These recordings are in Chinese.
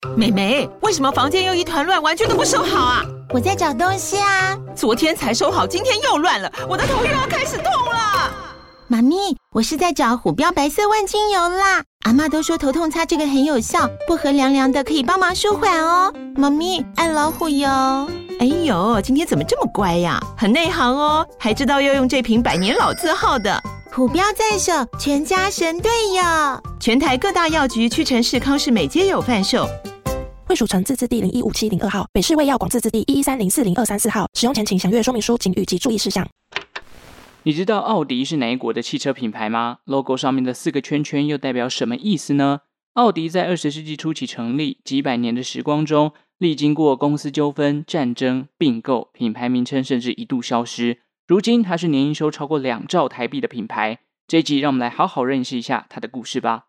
妹妹，为什么房间又一团乱，完全都不收好啊？ 我在找东西啊。 昨天才收好，今天又乱了，我的头又要开始痛了。 妈咪，我是在找虎标白色万金油啦。阿嬷都说头痛擦这个很有效，薄荷凉凉的可以帮忙舒缓哦。妈咪，爱老虎油。 哎呦，今天怎么这么乖呀？很内行哦，还知道要用这瓶百年老字号的。 虎标在手，全家神队友。 全台各大药局、屈臣氏、康士美皆有贩售。 惠蜀城自治地015702号，北市卫药广自治地113040234号。使用前请详阅说明书警语及注意事项。 你知道奥迪是哪一国的汽车品牌吗？ logo 上面的4个圈圈又代表什么意思呢？奥迪在20世纪初期成立，几百年的时光中，历经过公司纠纷、战争、并购，品牌名称甚至一度消失。如今它是年营收超过2兆台币的品牌。这一集让我们来好好认识一下它的故事吧。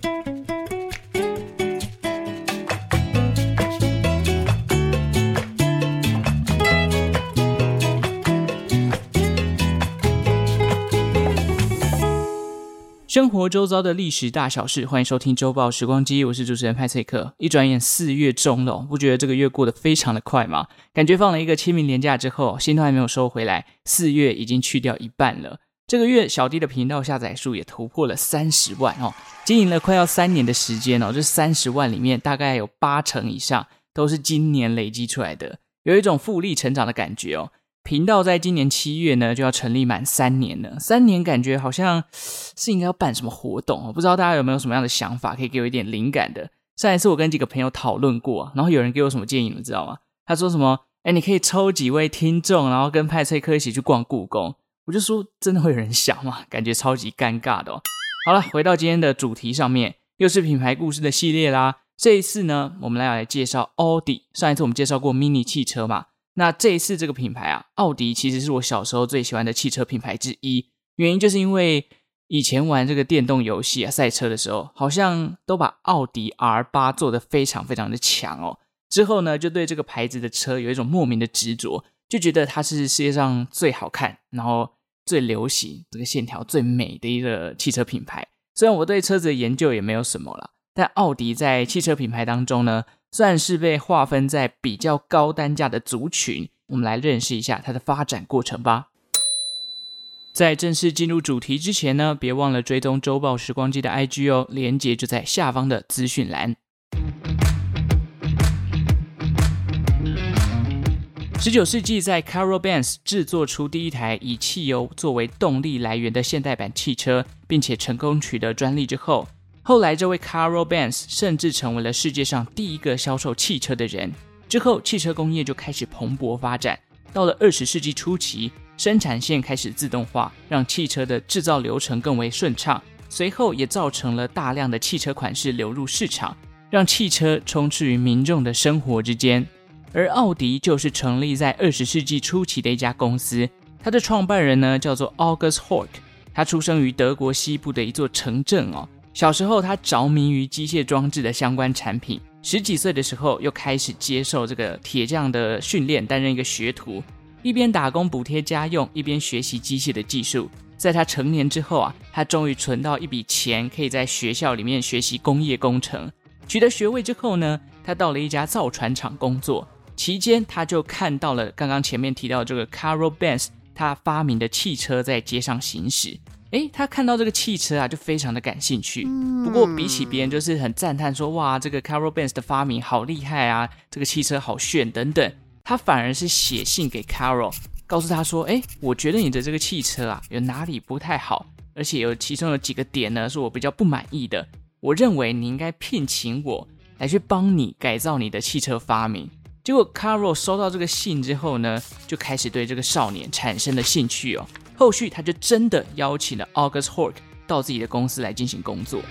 生活周遭的历史大小事，欢迎收听周报时光机，我是主持人派翠克。一转眼4月中了，不觉得这个月过得非常的快吗？感觉放了一个清明连假之后，心都还没有收回来，4月已经去掉一半了。这个月小弟的频道下载数也突破了30万哦，经营了快要3年的时间哦，这30万里面大概有80%以上都是今年累积出来的，有一种复利成长的感觉哦。频道在今年7月呢就要成立满3年了，3年感觉好像是应该要办什么活动，不知道大家有没有什么样的想法可以给我一点灵感的。上一次我跟几个朋友讨论过，然后有人给我什么建议你们知道吗？他说什么你可以抽几位听众，然后跟派翠克一起去逛故宫。我就说真的会有人想吗？感觉超级尴尬的哦。好了，回到今天的主题上面，又是品牌故事的系列啦。这一次呢我们来介绍奥迪。上一次我们介绍过 Mini 汽车嘛，那这一次这个品牌啊，奥迪其实是我小时候最喜欢的汽车品牌之一，原因就是因为以前玩这个电动游戏啊，赛车的时候，好像都把奥迪 R8 做得非常非常的强哦。之后呢，就对这个牌子的车有一种莫名的执着，就觉得它是世界上最好看，然后最流行，这个线条最美的一个汽车品牌。虽然我对车子的研究也没有什么啦，但奥迪在汽车品牌当中呢，算是被划分在比较高单价的族群。我们来认识一下它的发展过程吧。在正式进入主题之前呢，别忘了追踪周报时光机的 IG 哦，连结就在下方的资讯栏。19世纪在 Carroll-Benz 制作出第一台以汽油作为动力来源的现代版汽车，并且成功取得专利之后，后来这位 Carroll-Benz 甚至成为了世界上第一个销售汽车的人。之后汽车工业就开始蓬勃发展，到了20世纪初期，生产线开始自动化，让汽车的制造流程更为顺畅，随后也造成了大量的汽车款式流入市场，让汽车充斥于民众的生活之间。而奥迪就是成立在20世纪初期的一家公司，它的创办人呢叫做 August Horch， 他出生于德国西部的一座城镇哦。小时候他着迷于机械装置的相关产品，10几岁的时候又开始接受这个铁匠的训练，担任一个学徒，一边打工补贴家用，一边学习机械的技术。在他成年之后啊，他终于存到一笔钱，可以在学校里面学习工业工程。取得学位之后呢，他到了一家造船厂工作，期间他就看到了刚刚前面提到这个 Carroll-Benz 他发明的汽车在街上行驶。他看到这个汽车啊，就非常的感兴趣。不过比起别人就是很赞叹说，哇，这个 Carroll-Benz 的发明好厉害啊，这个汽车好炫等等，他反而是写信给 Carroll， 告诉他说，我觉得你的这个汽车啊，有哪里不太好，而且其中有几个点呢，是我比较不满意的，我认为你应该聘请我来去帮你改造你的汽车发明。结果 Carroll 收到这个信之后呢，就开始对这个少年产生了兴趣哦。后续他就真的邀请了 August Horch 到自己的公司来进行工作。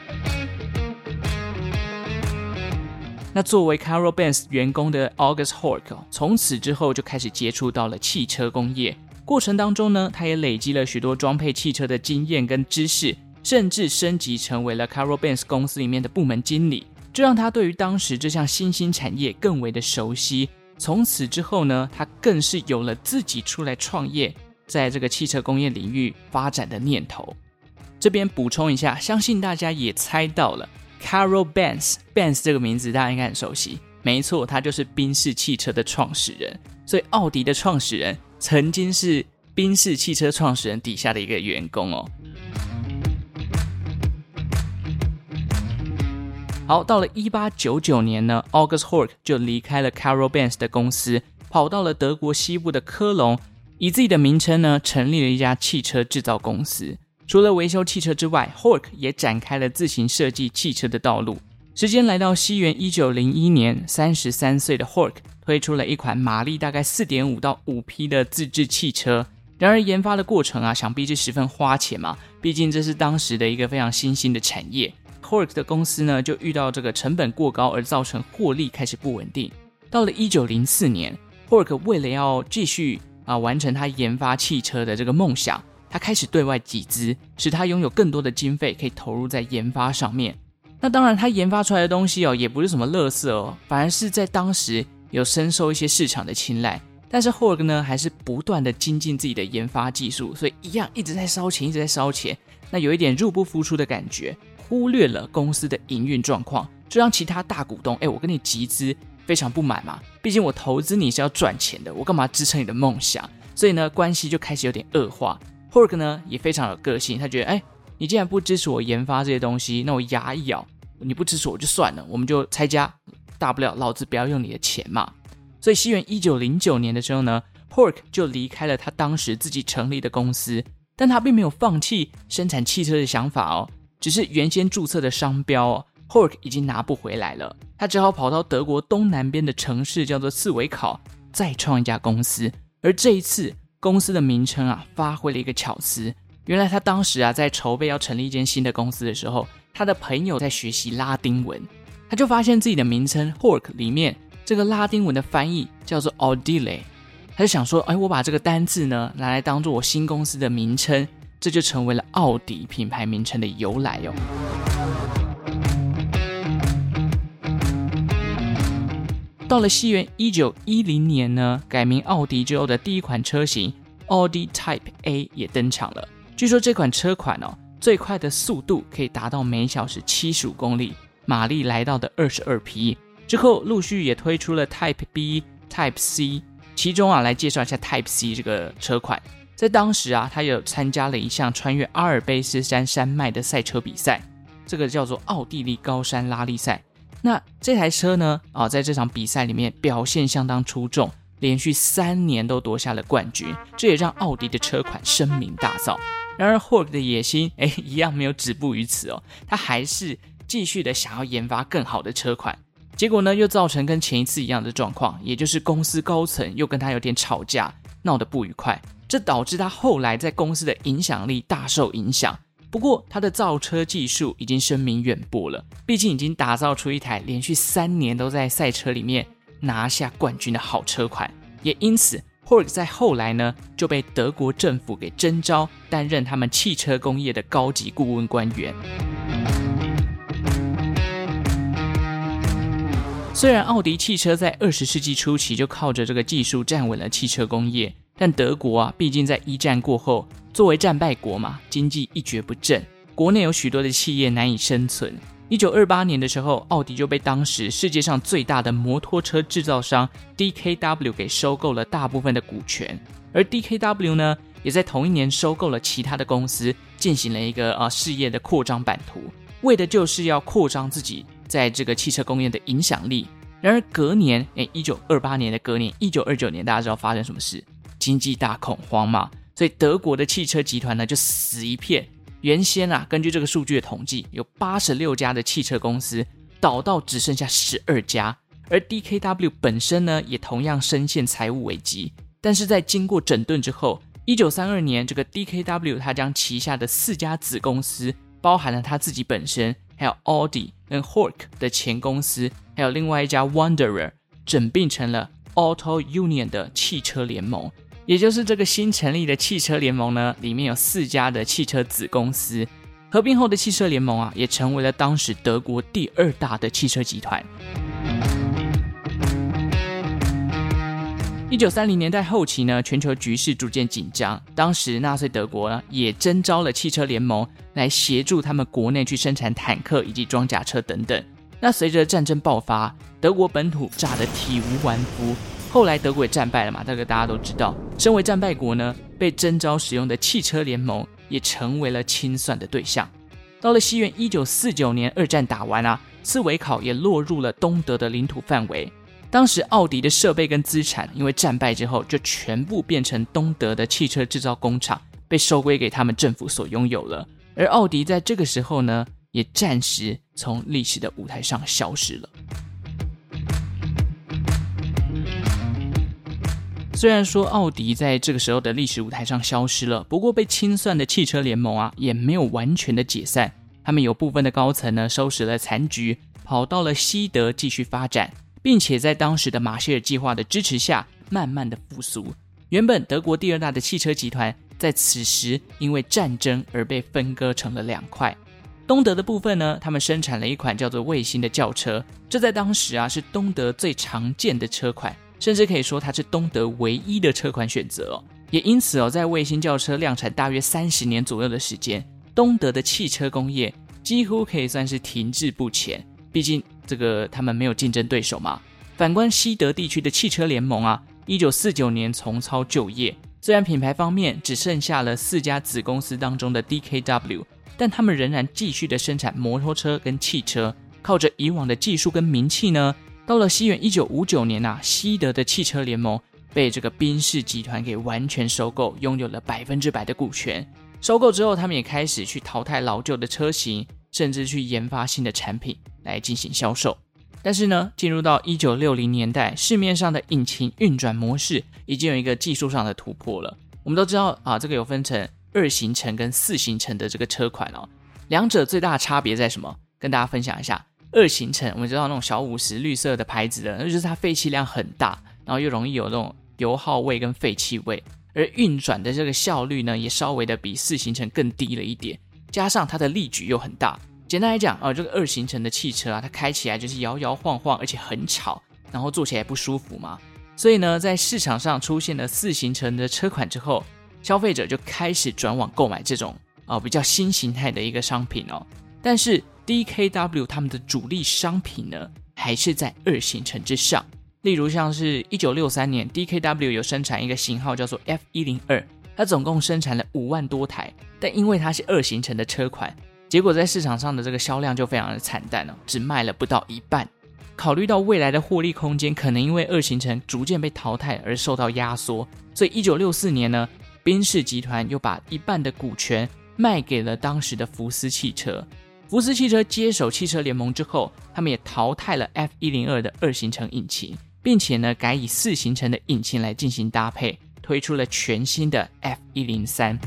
那作为 Carroll-Benz 员工的 August Horch 从此之后就开始接触到了汽车工业，过程当中呢，他也累积了许多装配汽车的经验跟知识，甚至升级成为了 Carroll-Benz 公司里面的部门经理，这让他对于当时这项新兴产业更为的熟悉。从此之后呢，他更是有了自己出来创业，在这个汽车工业领域发展的念头。这边补充一下，相信大家也猜到了， Carol Benz 这个名字大家应该很熟悉，没错，他就是宾士汽车的创始人，所以奥迪的创始人曾经是宾士汽车创始人底下的一个员工哦。好，到了1899年呢 August Horch 就离开了 Carol Benz 的公司，跑到了德国西部的科隆，以自己的名称呢成立了一家汽车制造公司。除了维修汽车之外， Horch 也展开了自行设计汽车的道路。时间来到西元1901年，33岁的 Horch 推出了一款马力大概 4.5 到5匹的自制汽车。然而研发的过程啊，想必是十分花钱嘛，毕竟这是当时的一个非常新兴的产业。Horch 的公司呢，就遇到这个成本过高而造成获利开始不稳定。到了1904年 Horch 为了要继续完成他研发汽车的这个梦想，他开始对外集资，使他拥有更多的经费可以投入在研发上面。那当然他研发出来的东西也不是什么垃圾反而是在当时有深受一些市场的青睐。但是 Horch 呢，还是不断的精进自己的研发技术，所以一样一直在烧钱，那有一点入不敷出的感觉，忽略了公司的营运状况，就让其他大股东我跟你集资非常不满嘛，毕竟我投资你是要赚钱的，我干嘛支撑你的梦想？所以呢，关系就开始有点恶化。Horch 呢也非常有个性，他觉得你既然不支持我研发这些东西，那我牙一咬，你不支持我就算了，我们就拆家，大不了老子不要用你的钱嘛。所以西元1909年的时候呢， Horch 就离开了他当时自己成立的公司，但他并没有放弃生产汽车的想法只是原先注册的商标Horch 已经拿不回来了，他只好跑到德国东南边的城市叫做茨维考，再创一家公司。而这一次公司的名称发挥了一个巧思，原来他当时在筹备要成立一间新的公司的时候，他的朋友在学习拉丁文，他就发现自己的名称 Horch 里面这个拉丁文的翻译叫做 Audile， 他就想说我把这个单字呢拿来当做我新公司的名称，这就成为了奥迪品牌名称的由来到了西元1910年呢，改名奥迪之后的第一款车型 Audi Type A 也登场了。据说这款车款最快的速度可以达到每小时75公里，马力来到的22匹。之后陆续也推出了 Type B、Type C， 其中来介绍一下 Type C 这个车款。在当时他有参加了一项穿越阿尔卑斯山山脉的赛车比赛，这个叫做奥地利高山拉力赛。那这台车呢在这场比赛里面表现相当出众，连续3年都夺下了冠军，这也让奥迪的车款声名大噪。然而 Horch 的野心一样没有止步于此他还是继续的想要研发更好的车款。结果呢，又造成跟前一次一样的状况，也就是公司高层又跟他有点吵架，闹得不愉快，这导致他后来在公司的影响力大受影响。不过他的造车技术已经声名远播了，毕竟已经打造出一台连续3年都在赛车里面拿下冠军的好车款，也因此 Horch 在后来呢就被德国政府给征召，担任他们汽车工业的高级顾问官员。虽然奥迪汽车在20世纪初期就靠着这个技术站稳了汽车工业，但德国毕竟在一战过后作为战败国嘛，经济一蹶不振，国内有许多的企业难以生存。1928年的时候，奥迪就被当时世界上最大的摩托车制造商 DKW 给收购了大部分的股权，而 DKW 呢也在同一年收购了其他的公司，进行了一个事业的扩张版图，为的就是要扩张自己在这个汽车工业的影响力。然而隔年1928年的隔年1929年，大家知道发生什么事？经济大恐慌嘛，所以德国的汽车集团呢就死一片。原先根据这个数据的统计，有86家的汽车公司倒到只剩下12家，而 DKW 本身呢也同样深陷财务危机。但是在经过整顿之后，1932年这个 DKW 他将旗下的4家子公司，包含了他自己本身，还有 Audi 跟 Horch 的前公司，还有另外一家 Wanderer， 整并成了 Auto Union 的汽车联盟。也就是这个新成立的汽车联盟呢，里面有4家的汽车子公司，合并后的汽车联盟也成为了当时德国第2大的汽车集团。 1930年代后期呢，全球局势逐渐紧张，当时纳粹德国呢也征召了汽车联盟来协助他们国内去生产坦克以及装甲车等等。那随着战争爆发，德国本土炸得体无完肤，后来德国也战败了嘛，这个大家都知道。身为战败国呢，被征召使用的汽车联盟也成为了清算的对象。到了西元1949年，二战打完啊，茨韦考也落入了东德的领土范围。当时奥迪的设备跟资产因为战败之后就全部变成东德的汽车制造工厂，被收归给他们政府所拥有了。而奥迪在这个时候呢，也暂时从历史的舞台上消失了。虽然说奥迪在这个时候的历史舞台上消失了，不过被清算的汽车联盟啊也没有完全的解散，他们有部分的高层呢收拾了残局，跑到了西德继续发展，并且在当时的马歇尔计划的支持下慢慢的复苏。原本德国第二大的汽车集团在此时因为战争而被分割成了两块。东德的部分呢，他们生产了一款叫做卫星的轿车，这在当时啊是东德最常见的车款，甚至可以说它是东德唯一的车款选择哦。也因此哦，在卫星轿车量产大约30年左右的时间，东德的汽车工业几乎可以算是停滞不前，毕竟这个他们没有竞争对手嘛。反观西德地区的汽车联盟啊，1949年重操旧业，虽然品牌方面只剩下了4家子公司当中的 DKW， 但他们仍然继续的生产摩托车跟汽车，靠着以往的技术跟名气呢，到了西元1959年啊，西德的汽车联盟被这个宾士集团给完全收购，拥有了100%的股权。收购之后，他们也开始去淘汰老旧的车型，甚至去研发新的产品来进行销售。但是呢，进入到1960年代，市面上的引擎运转模式已经有一个技术上的突破了。我们都知道啊，这个有分成2行程跟4行程的这个车款哦，两者最大的差别在什么？跟大家分享一下。2行程我们知道那种小50绿色的牌子的，那就是它废气量很大，然后又容易有那种油耗味跟废气味，而运转的这个效率呢，也稍微的比4行程更低了一点，加上它的力矩又很大。简单来讲这个2行程的汽车啊，它开起来就是摇摇晃晃，而且很吵，然后坐起来不舒服嘛。所以呢，在市场上出现了4行程的车款之后，消费者就开始转往购买这种比较新形态的一个商品哦。但是 DKW 他们的主力商品呢，还是在2行程之上。例如像是1963年 DKW 有生产一个型号叫做 F102， 它总共生产了5万多台，但因为它是2行程的车款，结果在市场上的这个销量就非常的惨淡只卖了不到一半。考虑到未来的获利空间可能因为2行程逐渐被淘汰而受到压缩，所以1964年呢，宾士集团又把一半的股权卖给了当时的福斯汽车。福斯汽车接手汽车联盟之后，他们也淘汰了 F102 的2行程引擎，并且呢改以4行程的引擎来进行搭配，推出了全新的 F103。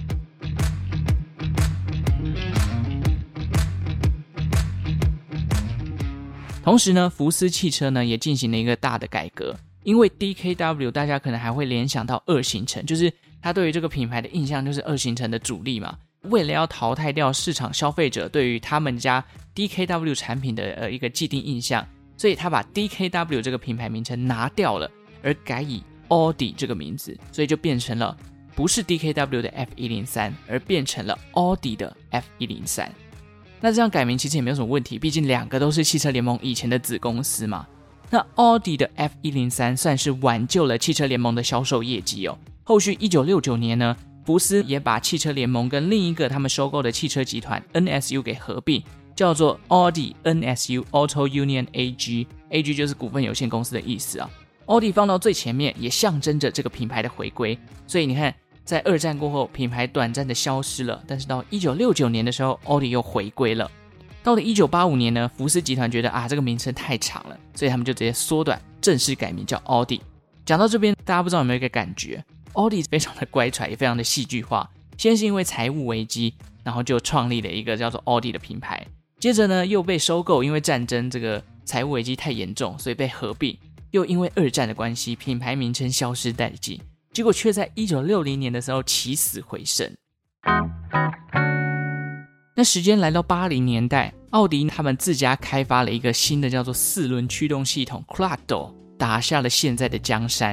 同时呢，福斯汽车呢也进行了一个大的改革，因为 DKW 大家可能还会联想到2行程，就是它对于这个品牌的印象就是2行程的主力嘛。为了要淘汰掉市场消费者对于他们家 DKW 产品的一个既定印象，所以他把 DKW 这个品牌名称拿掉了，而改以 Audi 这个名字，所以就变成了不是 DKW 的 F103， 而变成了 Audi 的 F103。那这样改名其实也没有什么问题，毕竟2个都是汽车联盟以前的子公司嘛。那 Audi 的 F103 算是挽救了汽车联盟的销售业绩哦。后续1969年呢，福斯也把汽车联盟跟另一个他们收购的汽车集团 NSU 给合并，叫做 Audi NSU Auto Union AG 就是股份有限公司的意思啊。Audi 放到最前面，也象征着这个品牌的回归。所以你看，在2战过后，品牌短暂的消失了，但是到1969年的时候 Audi 又回归了。到了1985年呢，福斯集团觉得这个名称太长了，所以他们就直接缩短，正式改名叫 Audi。讲到这边，大家不知道有没有一个感觉， Audi 非常的乖舛，也非常的戏剧化。先是因为财务危机，然后就创立了一个叫做 Audi 的品牌，接着呢又被收购，因为战争这个财务危机太严重，所以被合并，又因为2战的关系，品牌名称消失殆尽，结果却在1960年的时候起死回生。那时间来到80年代，奥迪他们自家开发了一个新的叫做4轮驱动系统 Quattro， 打下了现在的江山。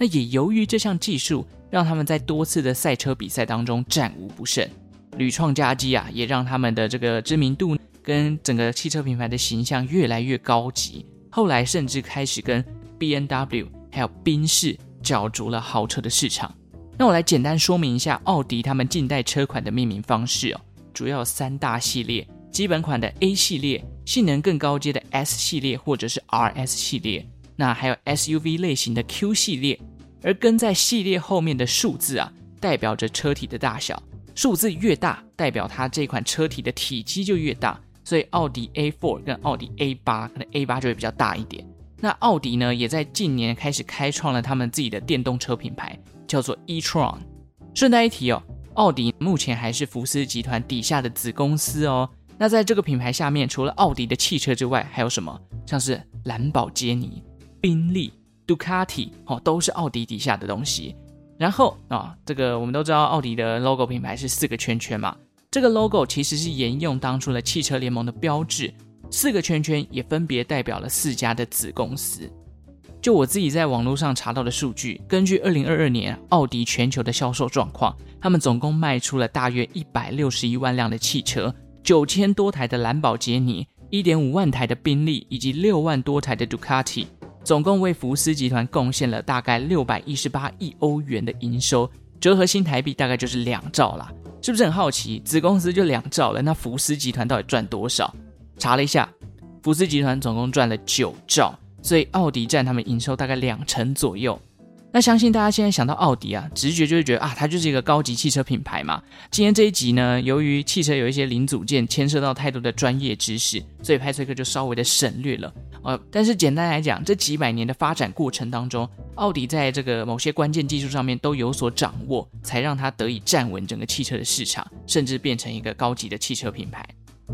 那也由于这项技术，让他们在多次的赛车比赛当中战无不胜，屡创佳绩啊，也让他们的这个知名度跟整个汽车品牌的形象越来越高级。后来甚至开始跟 B&W 还有宾士角逐了豪车的市场。那我来简单说明一下奥迪他们近代车款的命名方式主要有3大系列，基本款的 A 系列，性能更高阶的 S 系列或者是 RS 系列，那还有 SUV 类型的 Q 系列。而跟在系列后面的数字代表着车体的大小，数字越大代表它这款车体的体积就越大，所以奥迪 A4 跟奥迪 A8 可能 A8 就会比较大一点。那奥迪呢也在近年开始开创了他们自己的电动车品牌，叫做 e-tron。 顺带一提奥迪目前还是福斯集团底下的子公司那在这个品牌下面，除了奥迪的汽车之外，还有什么？像是兰博基尼、宾利、杜卡迪都是奥迪底下的东西。然后这个我们都知道奥迪的 logo 品牌是4个圈圈嘛，这个 logo 其实是沿用当初的汽车联盟的标志，4个圈圈也分别代表了4家的子公司。就我自己在网络上查到的数据，根据2022年奥迪全球的销售状况，他们总共卖出了大约161万辆的汽车，9000多台的兰博基尼， 1.5 万台的宾利，以及6万多台的杜卡迪，总共为福斯集团贡献了大概618亿欧元的营收，折合新台币大概就是2兆啦。是不是很好奇，子公司就2兆了，那福斯集团到底赚多少？查了一下，福斯集团总共赚了9兆，所以奥迪占他们营收大概2成左右。那相信大家现在想到奥迪直觉就会觉得它就是一个高级汽车品牌嘛。今天这一集呢，由于汽车有一些零组件牵涉到太多的专业知识，所以派翠克就稍微的省略了。但是简单来讲，这几百年的发展过程当中，奥迪在这个某些关键技术上面都有所掌握，才让它得以站稳整个汽车的市场，甚至变成一个高级的汽车品牌。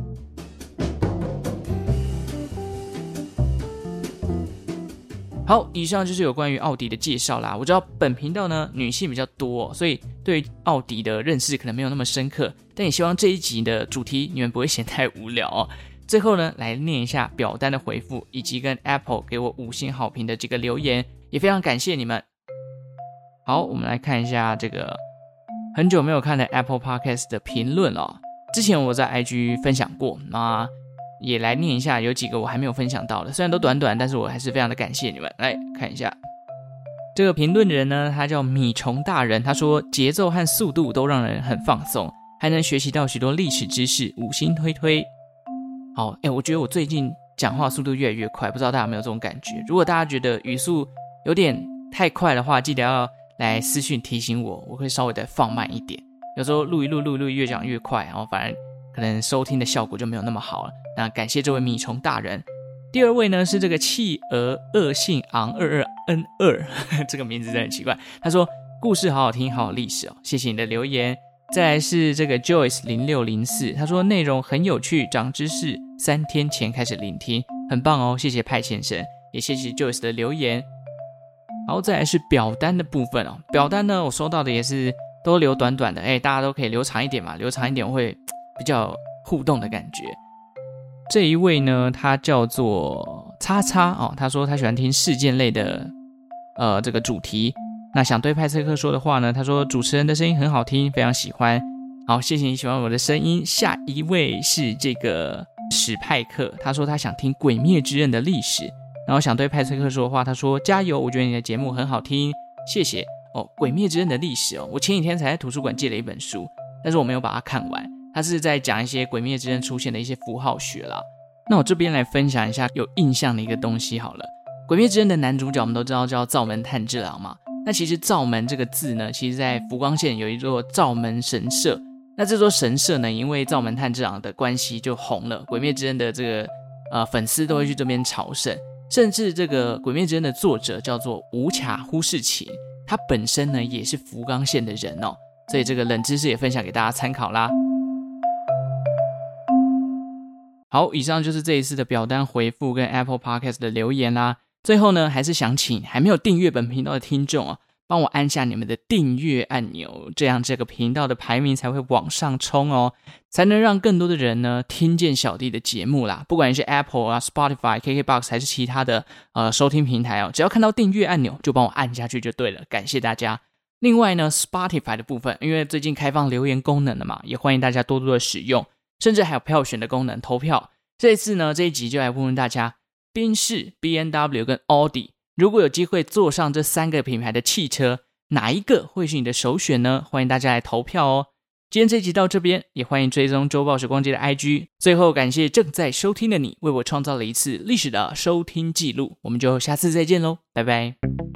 好，以上就是有关于奥迪的介绍啦。我知道本频道呢女性比较多所以对奥迪的认识可能没有那么深刻，但也希望这一集的主题你们不会嫌太无聊最后呢，来念一下表单的回复，以及跟 Apple 给我5星好评的这个留言，也非常感谢你们。好，我们来看一下这个很久没有看的 Apple Podcast 的评论之前我在 IG 分享过，那也来念一下，有几个我还没有分享到的，虽然都短短，但是我还是非常的感谢你们。来看一下这个评论人呢，他叫米虫大人，他说节奏和速度都让人很放松，还能学习到许多历史知识，5星推推。好，我觉得我最近讲话速度越来越快，不知道大家有没有这种感觉？如果大家觉得语速有点太快的话，记得要来私讯提醒我，我会稍微的放慢一点。有时候录一录越讲越快，然后反而可能收听的效果就没有那么好了。那感谢这位米虫大人。第二位呢是这个企鹅恶性昂22N2 这个名字真的很奇怪。他说故事好好听，好有历史谢谢你的留言。再来是这个 Joyce0604， 他说内容很有趣，长知识，3天前开始聆听，很棒谢谢派先生，也谢谢 Joyce 的留言。好，再来是表单的部分表单呢我收到的也是都留短短的大家都可以留长一点嘛，留长一点会比较互动的感觉。这一位呢他叫做叉叉他说他喜欢听事件类的这个主题，那想对派翠克说的话呢，他说主持人的声音很好听，非常喜欢。好，谢谢你喜欢我的声音。下一位是这个史派克，他说他想听鬼灭之刃的历史，然后想对派翠克说的话，他说加油，我觉得你的节目很好听，谢谢鬼灭之刃的历史我前几天才在图书馆借了一本书，但是我没有把它看完，他是在讲一些鬼灭之刃出现的一些符号学啦。那我这边来分享一下有印象的一个东西好了。鬼灭之刃的男主角我们都知道叫灶门炭治郎嘛，那其实灶门这个字呢，其实在福冈县有一座灶门神社，那这座神社呢，因为灶门炭治郎的关系就红了，鬼灭之刃的这个粉丝都会去这边朝圣，甚至这个鬼灭之刃的作者叫做无卡忽视晴，他本身呢也是福冈县的人所以这个冷知识也分享给大家参考啦。好，以上就是这一次的表单回复跟 Apple Podcast 的留言啦。最后呢，还是想请还没有订阅本频道的听众帮我按下你们的订阅按钮，这样这个频道的排名才会往上冲哦，才能让更多的人呢听见小弟的节目啦。不管是 Apple 啊、Spotify、KKBOX 还是其他的收听平台哦，只要看到订阅按钮就帮我按下去就对了，感谢大家。另外呢 Spotify 的部分，因为最近开放留言功能了嘛，也欢迎大家多多的使用，甚至还有票选的功能投票。这一次呢，这一集就来问问大家，宾士、BMW 跟 Audi 如果有机会坐上这3个品牌的汽车，哪一个会是你的首选呢？欢迎大家来投票哦。今天这集到这边，也欢迎追踪周报时光机的 IG。最后感谢正在收听的你，为我创造了一次历史的收听记录。我们就下次再见咯，拜拜。